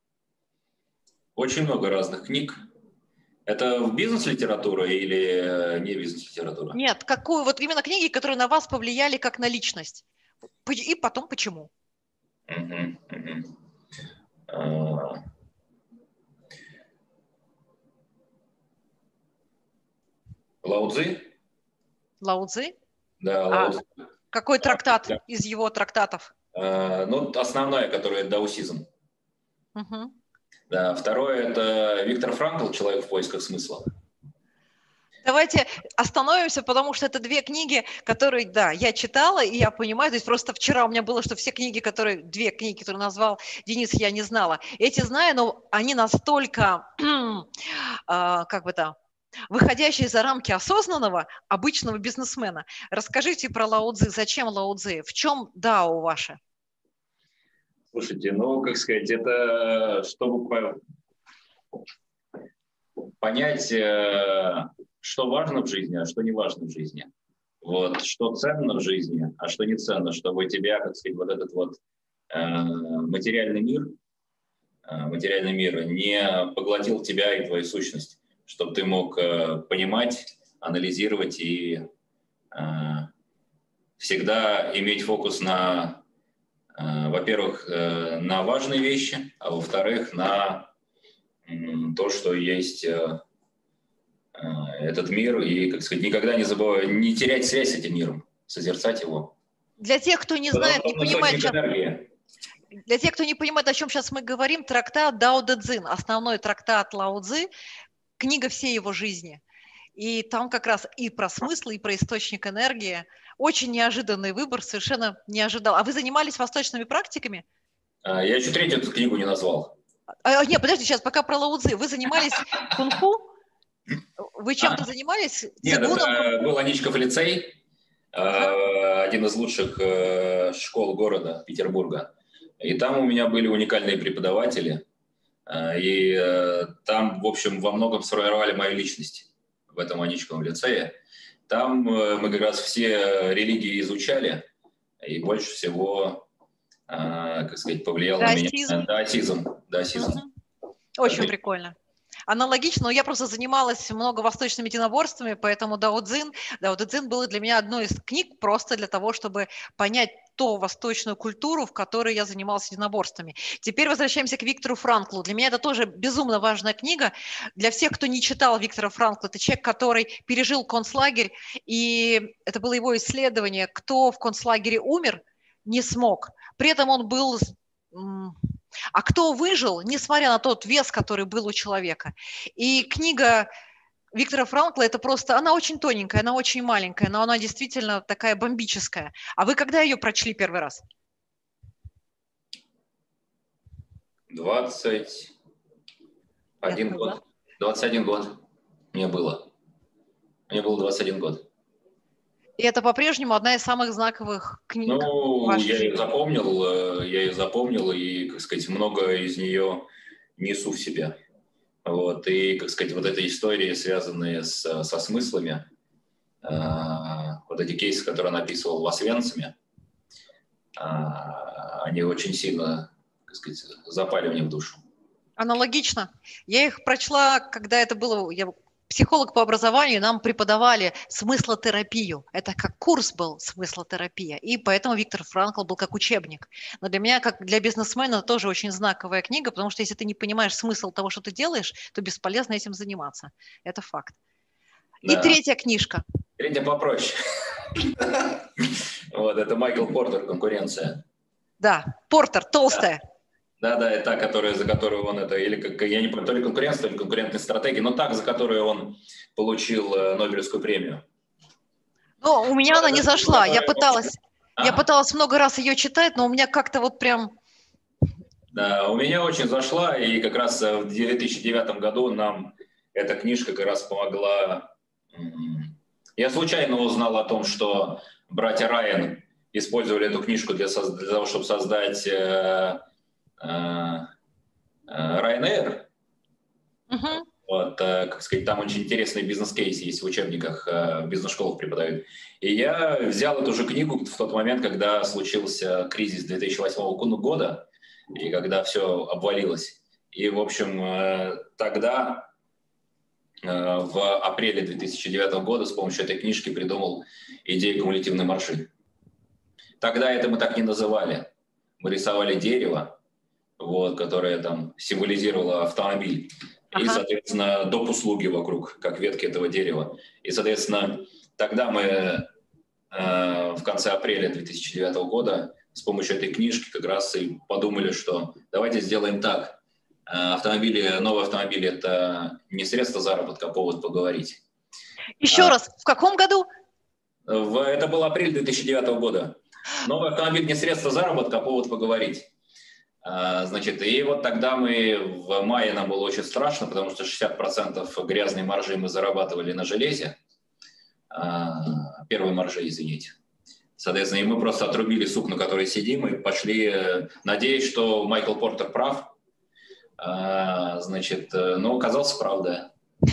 Очень много разных книг. Это бизнес-литература или не бизнес-литература? Нет, какую вот именно книги, которые на вас повлияли как на личность. И потом почему. Лао Цзи? Лао Цзи? Да, Лао Цзи. Какой трактат из его трактатов? Ну, основная, которая даосизм. Да, второе – это Виктор Франкл «Человек в поисках смысла». Давайте остановимся, потому что это 2 книги, которые, да, я читала, и я понимаю, то есть просто вчера у меня было, что все книги, 2 книги, которые назвал Денис, я не знала. Эти знаю, но они настолько, выходящие за рамки осознанного обычного бизнесмена. Расскажите про Лао Цзи. Зачем Лао Цзи? В чем дао ваше? Слушайте, ну, как сказать, это чтобы понять, что важно в жизни, а что не важно в жизни. Вот, что ценно в жизни, а что не ценно, чтобы тебя, как сказать, вот этот вот материальный мир не поглотил тебя и твою сущность, чтобы ты мог понимать, анализировать и всегда иметь фокус на, во-первых, на важные вещи, а во-вторых, на то, что есть этот мир, и, как сказать, никогда не забывать, не терять связь с этим миром, созерцать его. Для тех, кто не знает, не понимает, для тех, кто не понимает, о чем сейчас мы говорим, трактат Дао Дэ Цзин, основной трактат Лао Цзи, книга всей его жизни. И там как раз и про смысл, и про источник энергии. Очень неожиданный выбор, совершенно не ожидал. А вы занимались восточными практиками? Я еще 3-ю эту книгу не назвал. Нет, подождите, сейчас пока про Лао Цзи. Вы занимались кунг-фу? Вы чем-то занимались? Нет, это был Аничков лицей, один из лучших школ города Петербурга. И там у меня были уникальные преподаватели. И там, в общем, во многом сформировали мою личность в этом Аничковом лицее. Там мы как раз все религии изучали, и больше всего, как сказать, повлиял на меня даосизм. Очень прикольно. Аналогично, но я просто занималась много восточными единоборствами, поэтому Дао Цзин был для меня одной из книг просто для того, чтобы понять ту восточную культуру, в которой я занималась единоборствами. Теперь возвращаемся к Виктору Франклу. Для меня это тоже безумно важная книга. Для всех, кто не читал Виктора Франкла, это человек, который пережил концлагерь, и это было его исследование, кто в концлагере умер, не смог. При этом он был... А кто выжил, несмотря на тот вес, который был у человека. И книга Виктора Франкла, это просто, она очень тоненькая, она очень маленькая, но она действительно такая бомбическая. А вы когда ее прочли первый раз? 21 год. 21 год мне было. Мне было 21 год. И это по-прежнему одна из самых знаковых книг. Ну, я ее запомнил, и, как сказать, много из нее несу в себе. Вот, и, как сказать, вот эти истории, связанные со смыслами, вот эти кейсы, которые он описывал в Освенциме, они очень сильно, так сказать, запали мне в душу. Аналогично. Я их прочла, когда это было... Я психолог по образованию, нам преподавали смыслотерапию. Это как курс был смыслотерапия. И поэтому Виктор Франкл был как учебник. Но для меня, как для бизнесмена, тоже очень знаковая книга, потому что если ты не понимаешь смысл того, что ты делаешь, то бесполезно этим заниматься. Это факт. И Да. третья книжка. Третья попроще. Вот, это Майкл Портер «Конкуренция». Да, Портер, толстая. Да, это та, за которую он это, или как, я не помню, то ли конкуренция, то ли конкурентная стратегия, но так, за которую он получил Нобелевскую премию. Ну, у меня она не зашла. Я пыталась много раз ее читать, но у меня как-то вот прям... Да, у меня очень зашла, и как раз в 2009 году нам эта книжка как раз помогла. Я случайно узнал о том, что братья Райан использовали эту книжку для того, чтобы создать Ryanair. Вот, как сказать, там очень интересный бизнес-кейс есть в учебниках, в бизнес-школах преподают. И я взял эту же книгу в тот момент, когда случился кризис 2008 года, и когда все обвалилось. И, в общем, тогда, в апреле 2009 года, с помощью этой книжки придумал идею кумулятивной маржи. Тогда это мы так не называли. Мы рисовали дерево, вот, которое там символизировало автомобиль. И, соответственно, доп. Услуги вокруг, как ветки этого дерева. И, соответственно, тогда мы в конце апреля 2009 года с помощью этой книжки как раз и подумали, что давайте сделаем так. Новые автомобили – это не средство заработка, а повод поговорить. Еще раз, в каком году? Это был апрель 2009 года. Новый автомобиль не средство заработка, а повод поговорить. Значит, и вот тогда в мае нам было очень страшно, потому что 60% грязной маржи мы зарабатывали на железе, первой маржи, извините. Соответственно, и мы просто отрубили сук, на которой сидим, и пошли, надеясь, что Майкл Портер прав. Значит, но оказался прав, да.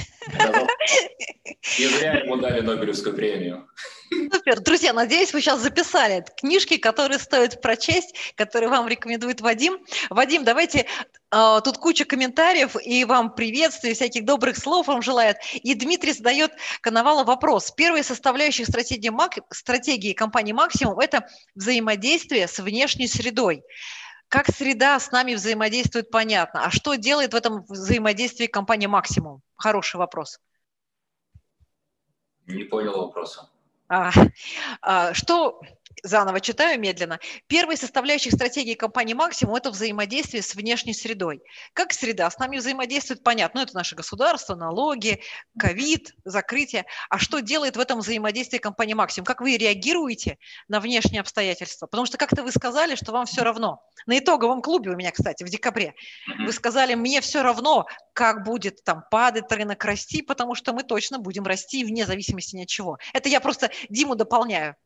И зря ему дали Нобелевскую премию. Супер. Друзья, надеюсь, вы сейчас записали книжки, которые стоит прочесть, которые вам рекомендует Вадим. Вадим, давайте, тут куча комментариев, и вам приветствий, всяких добрых слов вам желает. И Дмитрий задает Коновалу вопрос. Первая составляющая стратегии компании «Максимум» – это взаимодействие с внешней средой. Как среда с нами взаимодействует, понятно. А что делает в этом взаимодействии компания «Максимум»? Хороший вопрос. Не понял вопроса. Что, заново читаю медленно, первой составляющей стратегии компании «Максимум» – это взаимодействие с внешней средой. Как среда с нами взаимодействует, понятно, это наше государство, налоги, ковид, закрытие. А что делает в этом взаимодействии компания «Максимум»? Как вы реагируете на внешние обстоятельства? Потому что как-то вы сказали, что вам все равно. На итоговом клубе у меня, кстати, в декабре, вы сказали, мне все равно, как будет там падать рынок, расти, потому что мы точно будем расти вне зависимости ни от чего. Это я просто Диму дополняю.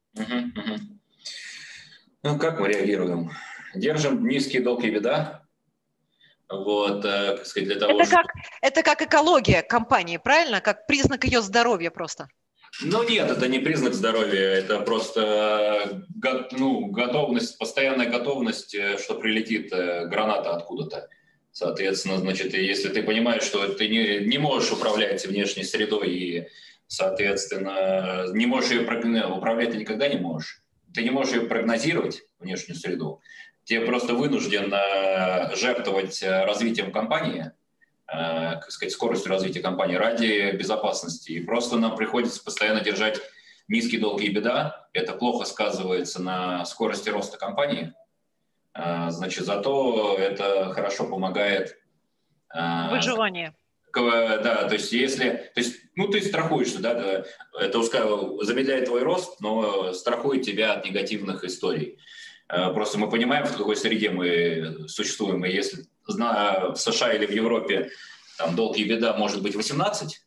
Ну, как мы реагируем? Держим низкий долг и беда. Вот, так сказать, для того, это как экология компании, правильно? Как признак ее здоровья просто. Ну нет, это не признак здоровья, это просто готовность, постоянная готовность, что прилетит граната откуда-то. Соответственно, значит, если ты понимаешь, что ты не можешь управлять внешней средой и, соответственно, не можешь ее управлять, ты никогда не можешь. ты не можешь ее прогнозировать, внешнюю среду. Ты просто вынужден жертвовать развитием компании, как сказать, скоростью развития компании ради безопасности. И просто нам приходится постоянно держать низкий долг и беда. Это плохо сказывается на скорости роста компании. Значит, зато это хорошо помогает. Выживание. Да, то есть если, то есть, ну, ты страхуешься, да, это замедляет твой рост, но страхует тебя от негативных историй. Просто мы понимаем, в какой среде мы существуем, и если в США или в Европе там долг и беда может быть 18,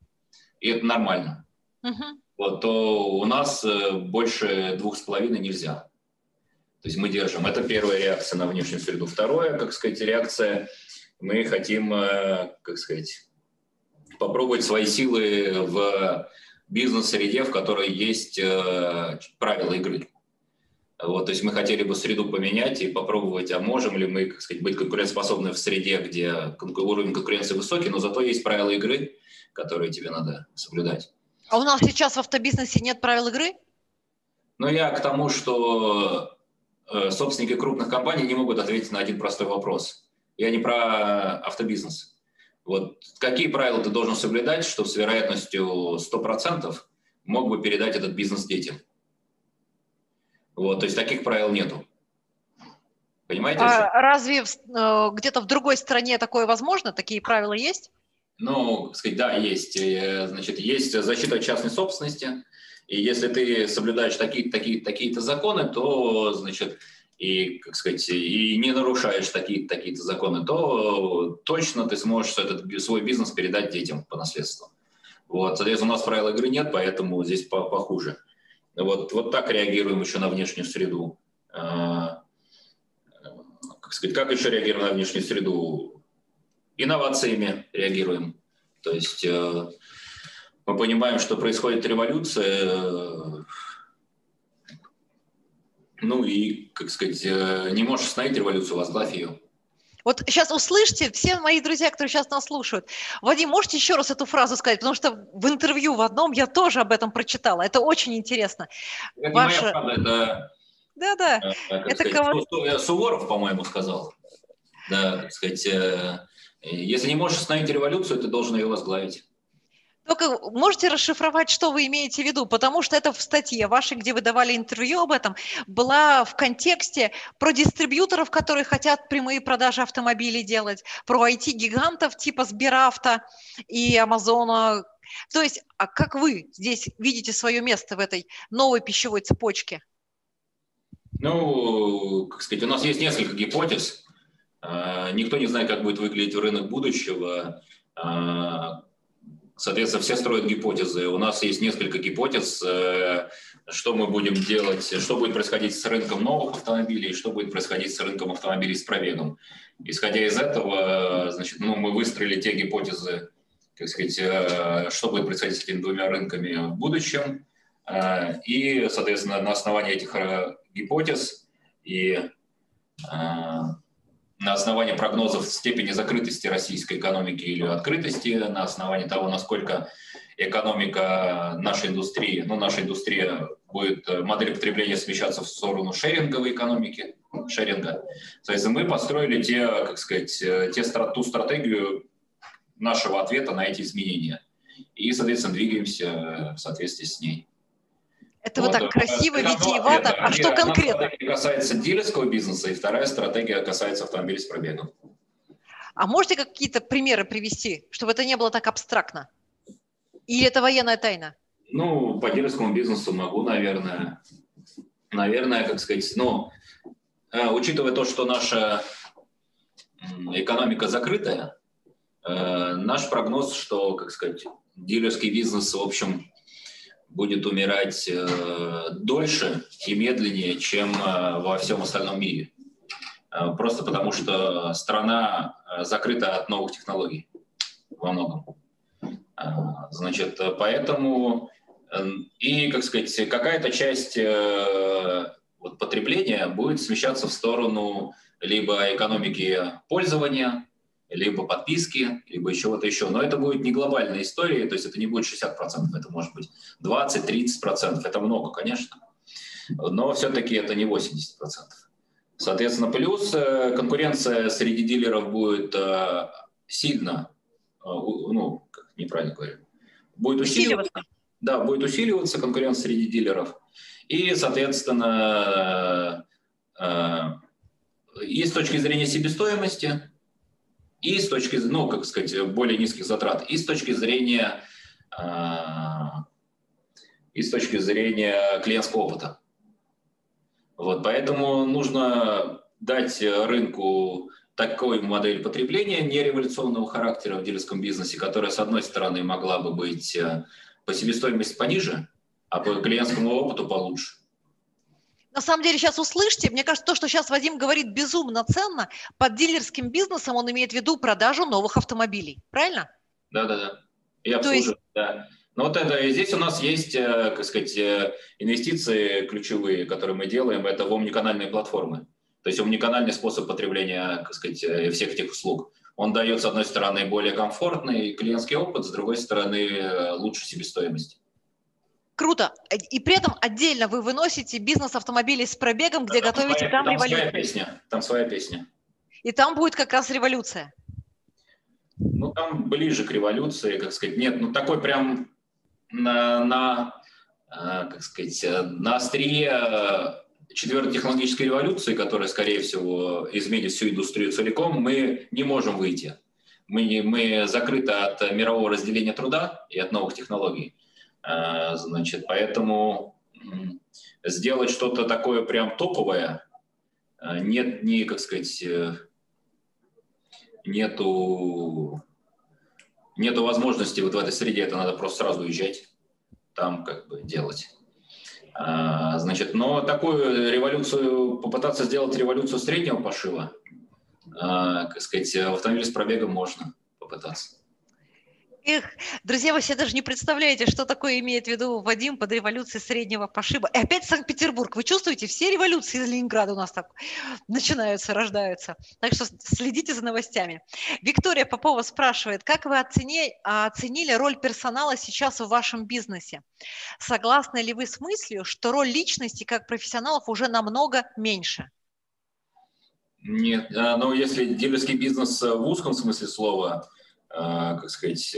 и это нормально, вот, то у нас больше 2,5 нельзя. То есть мы держим. Это первая реакция на внешнюю среду. Второе, как сказать, реакция, мы хотим, как сказать, попробовать свои силы в бизнес-среде, в которой есть правила игры. Вот, то есть мы хотели бы среду поменять и попробовать, а можем ли мы, как сказать, быть конкурентоспособны в среде, где уровень конкуренции высокий, но зато есть правила игры, которые тебе надо соблюдать. А у нас сейчас в автобизнесе нет правил игры? Ну, я к тому, что собственники крупных компаний не могут ответить на один простой вопрос. Я не про автобизнес. Вот какие правила ты должен соблюдать, чтобы с вероятностью 100% мог бы передать этот бизнес детям? Вот, то есть таких правил нету. Понимаете? Разве где-то в другой стране такое возможно? Такие правила есть? Ну, так сказать, да, есть. Значит, есть защита частной собственности. И если ты соблюдаешь такие-то законы, то, значит, и, как сказать, и не нарушаешь такие-то законы, то точно ты сможешь этот свой бизнес передать детям по наследству. Вот, соответственно, у нас правил игры нет, поэтому здесь похуже. Вот так реагируем еще на внешнюю среду. Как сказать, как еще реагируем на внешнюю среду? Инновациями реагируем. То есть мы понимаем, что происходит революция, ну и, как сказать, не можешь остановить революцию, возглавь ее. Вот сейчас услышьте, все мои друзья, которые сейчас нас слушают. Вадим, можете еще раз эту фразу сказать? Потому что в интервью в одном я тоже об этом прочитала. Это очень интересно. Это не моя фраза, это, да. Это сказать, Суворов, по-моему, сказал. Да, так сказать, если не можешь остановить революцию, ты должен ее возглавить. Только можете расшифровать, что вы имеете в виду? Потому что это в статье вашей, где вы давали интервью об этом, была в контексте про дистрибьюторов, которые хотят прямые продажи автомобилей делать, про IT-гигантов типа Сберавто и Амазона. То есть, а как вы здесь видите свое место в этой новой пищевой цепочке? Ну, как сказать, у нас есть несколько гипотез. Никто не знает, как будет выглядеть рынок будущего. Соответственно, все строят гипотезы. У нас есть несколько гипотез, что мы будем делать, что будет происходить с рынком новых автомобилей, что будет происходить с рынком автомобилей с пробегом. Исходя из этого, значит, мы выстроили те гипотезы, как сказать, что будет происходить с этими двумя рынками в будущем. И, соответственно, на основании этих гипотез и на основании прогнозов степени закрытости российской экономики или открытости, на основании того, насколько экономика нашей индустрии, наша индустрия будет, модель потребления смещаться в сторону шеринговой экономики, шеринга. Соответственно, мы построили ту стратегию нашего ответа на эти изменения. И, соответственно, двигаемся в соответствии с ней. Это вот так красиво, витиевато. А что конкретно? Одна стратегия касается дилерского бизнеса, и вторая стратегия касается автомобилей с пробегом. А можете какие-то примеры привести, чтобы это не было так абстрактно? Или это военная тайна? Ну, по дилерскому бизнесу могу, наверное. Наверное, как сказать, учитывая то, что наша экономика закрытая, наш прогноз, что, как сказать, дилерский бизнес, в общем, будет умирать дольше и медленнее, чем во всем остальном мире. Просто потому, что страна закрыта от новых технологий во многом. Значит, поэтому и, как сказать, какая-то часть потребления будет смещаться в сторону либо экономики пользования, либо подписки, либо чего-то еще. Но это будет не глобальная история, то есть это не будет 60%, это может быть 20-30%, это много, конечно. но все-таки это не 80%. Соответственно, плюс конкуренция среди дилеров будет сильно, ну, неправильно говорю, будет усиливаться. Да, будет усиливаться конкуренция среди дилеров. И, соответственно, и с точки зрения себестоимости, и с точки, ну, как сказать, более низких затрат, и с точки зрения клиентского опыта. Вот, поэтому нужно дать рынку такой модель потребления нереволюционного характера в дилерском бизнесе, которая, с одной стороны, могла бы быть по себестоимости пониже, а по клиентскому опыту получше. На самом деле, сейчас услышьте, мне кажется, то, что сейчас Вадим говорит, безумно ценно. Под дилерским бизнесом он имеет в виду продажу новых автомобилей, правильно? Да. И обслуживание, да. Но вот это, здесь у нас есть, как сказать, инвестиции ключевые, которые мы делаем, это в омниканальные платформы. То есть омниканальный способ потребления, как сказать, всех этих услуг. Он дает, с одной стороны, более комфортный клиентский опыт, с другой стороны, лучше себестоимость. Круто. И при этом отдельно вы выносите бизнес автомобилей с пробегом, где готовите там революцию. Там своя песня. И там будет как раз революция. Ну, там ближе к революции, как сказать, нет, ну, такой прям как сказать, на острие четвертой технологической революции, которая, скорее всего, изменит всю индустрию целиком, мы не можем выйти. Мы закрыты от мирового разделения труда и от новых технологий. Значит, поэтому сделать что-то такое прям топовое нет, как сказать, нету возможности вот в этой среде, это надо просто сразу уезжать, там как бы делать. Значит, но такую революцию, попытаться сделать революцию среднего пошива, как сказать, в автомобиле с пробегом можно попытаться. Эх, друзья, вы себе даже не представляете, что такое имеет в виду Вадим под революцией среднего пошиба. И опять Санкт-Петербург. Вы чувствуете, все революции из Ленинграда у нас так начинаются, рождаются. Так что следите за новостями. Виктория Попова спрашивает, как вы оценили роль персонала сейчас в вашем бизнесе? Согласны ли вы с мыслью, что роль личности как профессионалов уже намного меньше? Нет, но если дилерский бизнес в узком смысле слова, как сказать,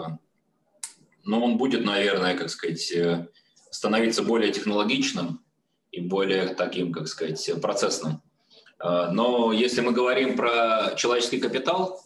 но он будет, наверное, как сказать, становиться более технологичным и более таким, как сказать, процессным. Но если мы говорим про человеческий капитал,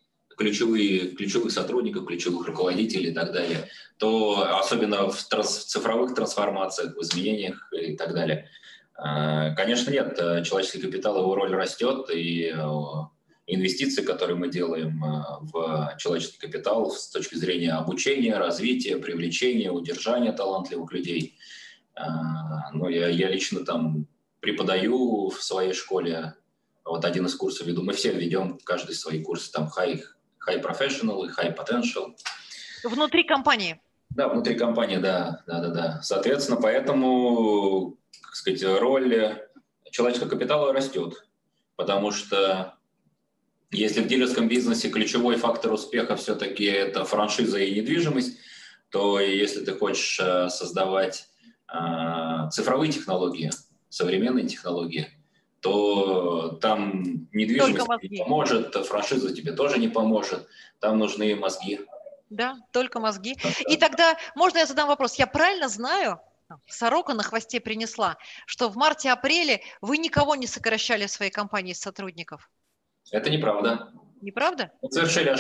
ключевых сотрудников, ключевых руководителей и так далее, то особенно в цифровых трансформациях, в изменениях и так далее, конечно, нет. Человеческий капитал, его роль растет, и инвестиции, которые мы делаем в человеческий капитал с точки зрения обучения, развития, привлечения, удержания талантливых людей. Ну, я лично там преподаю в своей школе, вот один из курсов веду, мы все ведем каждый свои курсы, там high professional и high potential. Внутри компании? Да, внутри компании, да. Соответственно, поэтому, как сказать, роль человеческого капитала растет, потому что если в дилерском бизнесе ключевой фактор успеха все-таки это франшиза и недвижимость, то если ты хочешь создавать цифровые технологии, современные технологии, то там недвижимость не поможет, франшиза тебе тоже не поможет, там нужны мозги. Да, только мозги. И тогда, можно я задам вопрос? Я правильно знаю, сорока на хвосте принесла, что в марте-апреле вы никого не сокращали в своей компании из сотрудников? Это неправда. Неправда? Мы совершили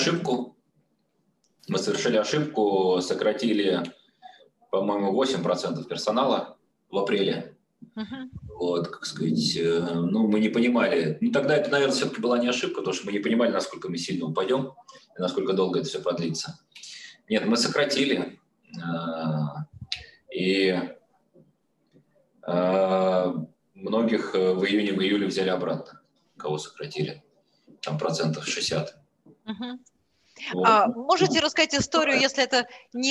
ошибку, сократили, по-моему, 8% персонала в апреле. Вот, как сказать, ну, мы не понимали. Ну, тогда это, наверное, все-таки была не ошибка, потому что мы не понимали, насколько мы сильно упадем и насколько долго это все продлится. Нет, мы сократили. И многих в июне, в июле взяли обратно, кого сократили. Там 60%. Вот. Можете рассказать историю, если это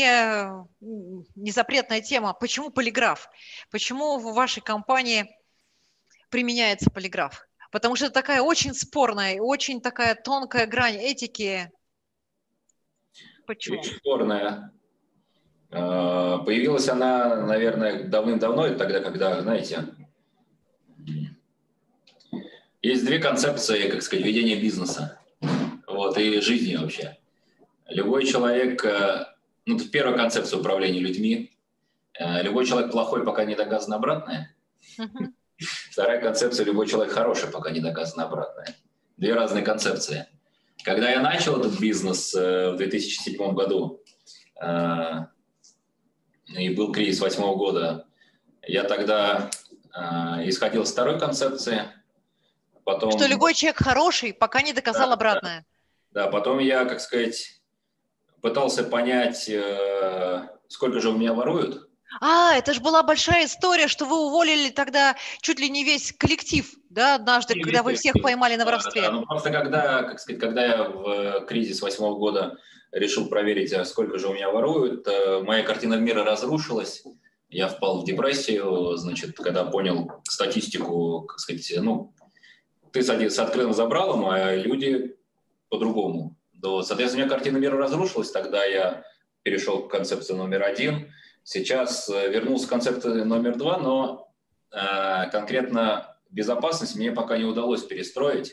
не запретная тема, почему полиграф? Почему в вашей компании применяется полиграф? Потому что это такая очень спорная, очень такая тонкая грань этики. Почему? Очень спорная. Появилась она, наверное, давным-давно, это тогда, когда, знаете, есть две концепции, как сказать, ведения бизнеса, вот, и жизни вообще. Любой человек, ну, первая концепция управления людьми, любой человек плохой, пока не доказано обратное. Мгм. Вторая концепция, любой человек хороший, пока не доказано обратное. Две разные концепции. Когда я начал этот бизнес в 2007 году, и был кризис 2008 года, я тогда исходил из второй концепции, Что потом, любой человек хороший, пока не доказал обратное. да, потом я, как сказать, пытался понять, сколько же у меня воруют. Это же была большая история, что вы уволили тогда чуть ли не весь коллектив, да, однажды, Не когда весь вы всех коллектив. поймали на Да, воровстве. ну просто когда, как сказать, когда я в кризис 2008 года решил проверить, сколько же у меня воруют, моя картина мира разрушилась. Я впал в депрессию, значит, когда понял статистику, как сказать, ну, ты с открытым забралом, а люди по-другому. Соответственно, у меня картина мира разрушилась, тогда я перешел к концепции номер один. Сейчас вернулся к концепции номер два, но конкретно безопасность мне пока не удалось перестроить,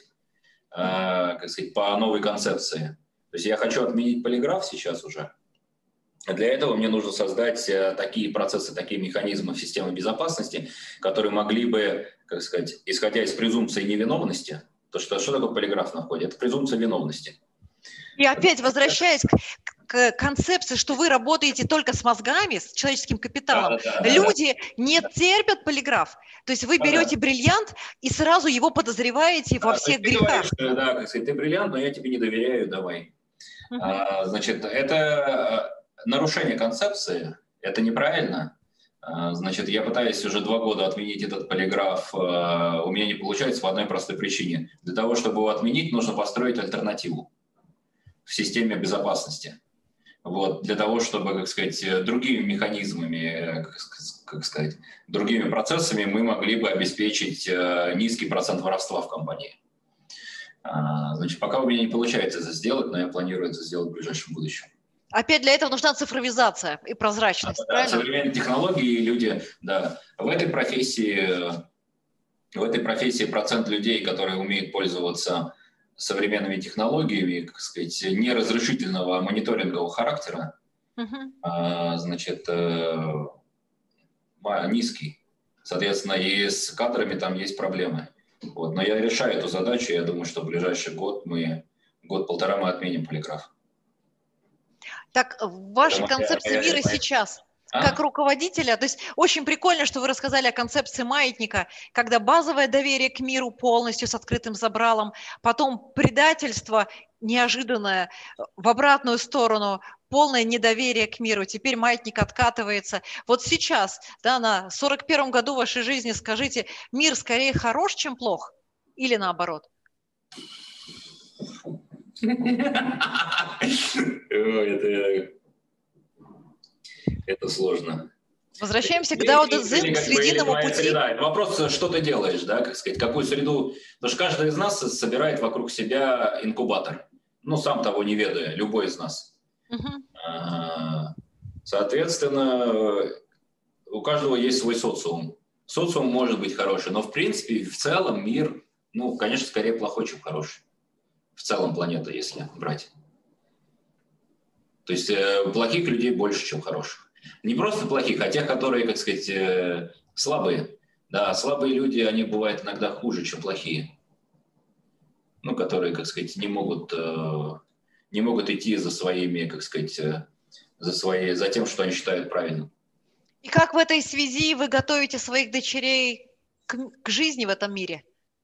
как сказать, по новой концепции. То есть я хочу отменить полиграф сейчас уже. Для этого мне нужно создать такие процессы, такие механизмы в системе безопасности, которые могли бы, как сказать, исходя из презумпции невиновности, то что такое полиграф на входе? Это презумпция виновности. И опять возвращаясь к концепции, что вы работаете только с мозгами, с человеческим капиталом, Да. люди не терпят полиграф. То есть вы берете бриллиант и сразу его подозреваете во всех Ты говоришь, грехах. да, как сказать, ты бриллиант, но я тебе не доверяю, давай. Значит, это нарушение концепции, это неправильно. Значит, я пытаюсь уже 2 года отменить этот полиграф, у меня не получается по одной простой причине. Для того, чтобы его отменить, нужно построить альтернативу в системе безопасности. Вот, для того, чтобы, как сказать, другими механизмами, как сказать, другими процессами мы могли бы обеспечить низкий процент воровства в компании. Значит, пока у меня не получается это сделать, но я планирую это сделать в ближайшем будущем. Опять для этого нужна цифровизация и прозрачность, правильно? Современные технологии, люди, да. В этой профессии процент людей, которые умеют пользоваться современными технологиями, как сказать, неразрешительного мониторингового характера, значит, низкий. Соответственно, и с кадрами там есть проблемы. Вот. Но я решаю эту задачу, я думаю, что в ближайший год-полтора мы отменим полиграф. Так, в вашей концепции мира сейчас, как руководителя, то есть очень прикольно, что вы рассказали о концепции маятника, когда базовое доверие к миру полностью с открытым забралом, потом предательство неожиданное в обратную сторону, полное недоверие к миру, теперь маятник откатывается. Вот сейчас, да, на 41-м году вашей жизни, скажите, мир скорее хорош, чем плох, или наоборот? Это сложно. Возвращаемся к Дао Дэ Цзин, к срединному пути. Среда. Вопрос, что ты делаешь, да, как сказать, какую среду. Потому что каждый из нас собирает вокруг себя инкубатор. Ну, сам того не ведая, любой из нас. Соответственно, у каждого есть свой социум. Социум может быть хороший, но в принципе, в целом мир, ну, конечно, скорее плохой, чем хороший. В целом планета, если брать. То есть плохих людей больше, чем хороших. Не просто плохих, а тех, которые, как сказать, слабые. Да, слабые люди, они бывают иногда хуже, чем плохие. Ну, которые, как сказать, не могут идти за своими, как сказать, за тем, что они считают правильным. И как в этой связи вы готовите своих дочерей к жизни в этом мире?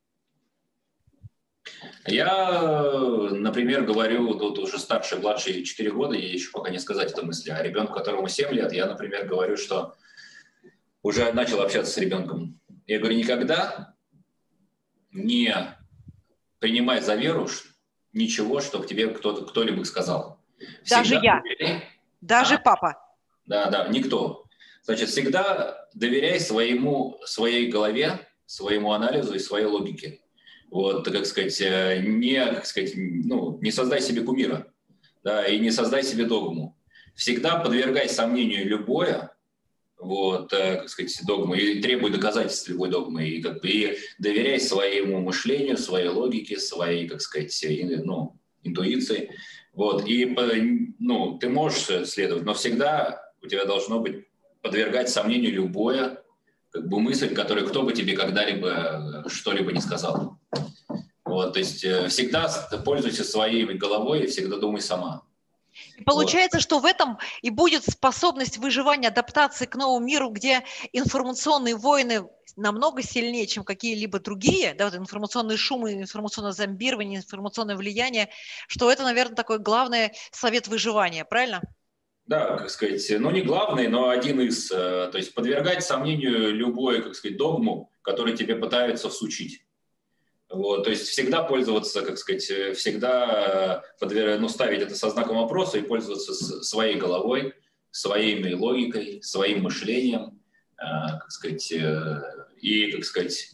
Я, например, говорю, тут уже старший, младший 4 года, я еще пока не сказать эту мысль, а ребенку, которому 7 лет, я, например, говорю, что уже начал общаться с ребенком. Я говорю, никогда не принимай за веру ничего, что к тебе кто-либо сказал. Даже я, даже папа. Да, никто. Значит, всегда доверяй своей голове, своему анализу и своей логике. Вот, как сказать, не создай себе кумира, да, и не создай себе догму. всегда подвергай сомнению любое, вот, как сказать, догмы, и требуй доказательств любой догмы, и, как бы, и доверяй своему мышлению, своей логике, своей, как сказать, ну, интуиции. Вот, и ну, ты можешь следовать, но всегда у тебя должно быть подвергать сомнению любое, как бы, мысль, которую кто бы тебе когда-либо что-либо не сказал. Вот, то есть всегда пользуйся своей головой и всегда думай сама. И получается, вот, что в этом и будет способность выживания, адаптации к новому миру, где информационные войны намного сильнее, чем какие-либо другие, да, вот информационные шумы, информационное зомбирование, информационное влияние, что это, наверное, такой главный совет выживания, правильно? Да, как сказать, ну не главный, но один из, то есть подвергать сомнению любую, как сказать, догму, которую тебе пытаются всучить. Вот, то есть всегда пользоваться, как сказать, всегда ну, ставить это со знаком вопроса и пользоваться своей головой, своей логикой, своим мышлением, как сказать, и, как сказать,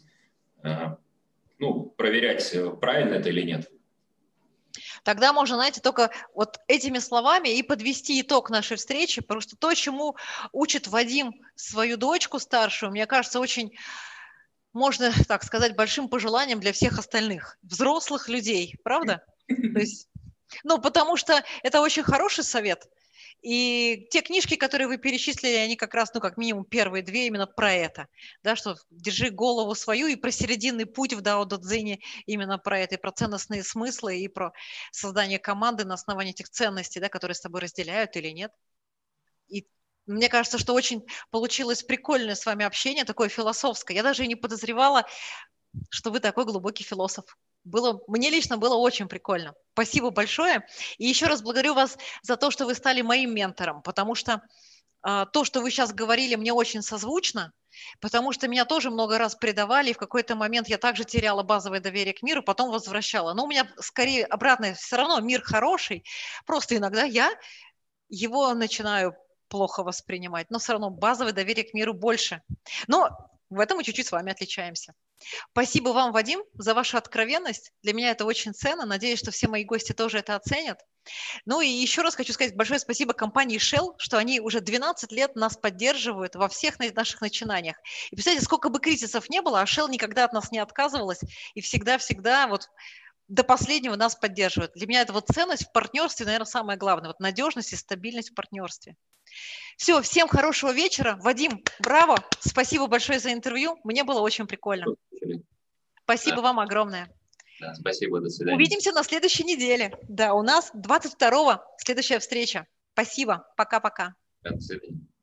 ну, проверять, правильно это или нет. Тогда можно, знаете, только вот этими словами и подвести итог нашей встречи, потому что то, чему учит Вадим свою дочку старшую, мне кажется, очень, можно так сказать, большим пожеланием для всех остальных, взрослых людей, правда? То есть, ну, потому что это очень хороший совет. И те книжки, которые вы перечислили, они как раз, ну, как минимум первые две именно про это, да, что держи голову свою, и про серединный путь в дао-дэ-цзине именно про это, и про ценностные смыслы, и про создание команды на основании этих ценностей, да, которые с тобой разделяют или нет. И мне кажется, что очень получилось прикольное с вами общение, такое философское. Я даже и не подозревала, что вы такой глубокий философ. Мне лично было очень прикольно. Спасибо большое. И еще раз благодарю вас за то, что вы стали моим ментором, потому что то, что вы сейчас говорили, мне очень созвучно, потому что меня тоже много раз предавали, и в какой-то момент я также теряла базовое доверие к миру, потом возвращала. Но у меня скорее обратное, все равно мир хороший, просто иногда я его начинаю плохо воспринимать, но все равно базовое доверие к миру больше. Но в этом мы чуть-чуть с вами отличаемся. Спасибо вам, Вадим, за вашу откровенность. Для меня это очень ценно. Надеюсь, что все мои гости тоже это оценят. Ну и еще раз хочу сказать большое спасибо компании Shell, что они уже 12 лет нас поддерживают во всех наших начинаниях. И представляете, сколько бы кризисов не было, а Shell никогда от нас не отказывалась и всегда-всегда вот до последнего нас поддерживает. Для меня это вот ценность в партнерстве, наверное, самое главное. Вот надежность и стабильность в партнерстве. Все, всем хорошего вечера. Вадим, браво. Спасибо большое за интервью. Мне было очень прикольно. Спасибо вам огромное. Да, спасибо, до свидания. Увидимся на следующей неделе. Да, у нас 22-го следующая встреча. Спасибо. Пока-пока. До свидания.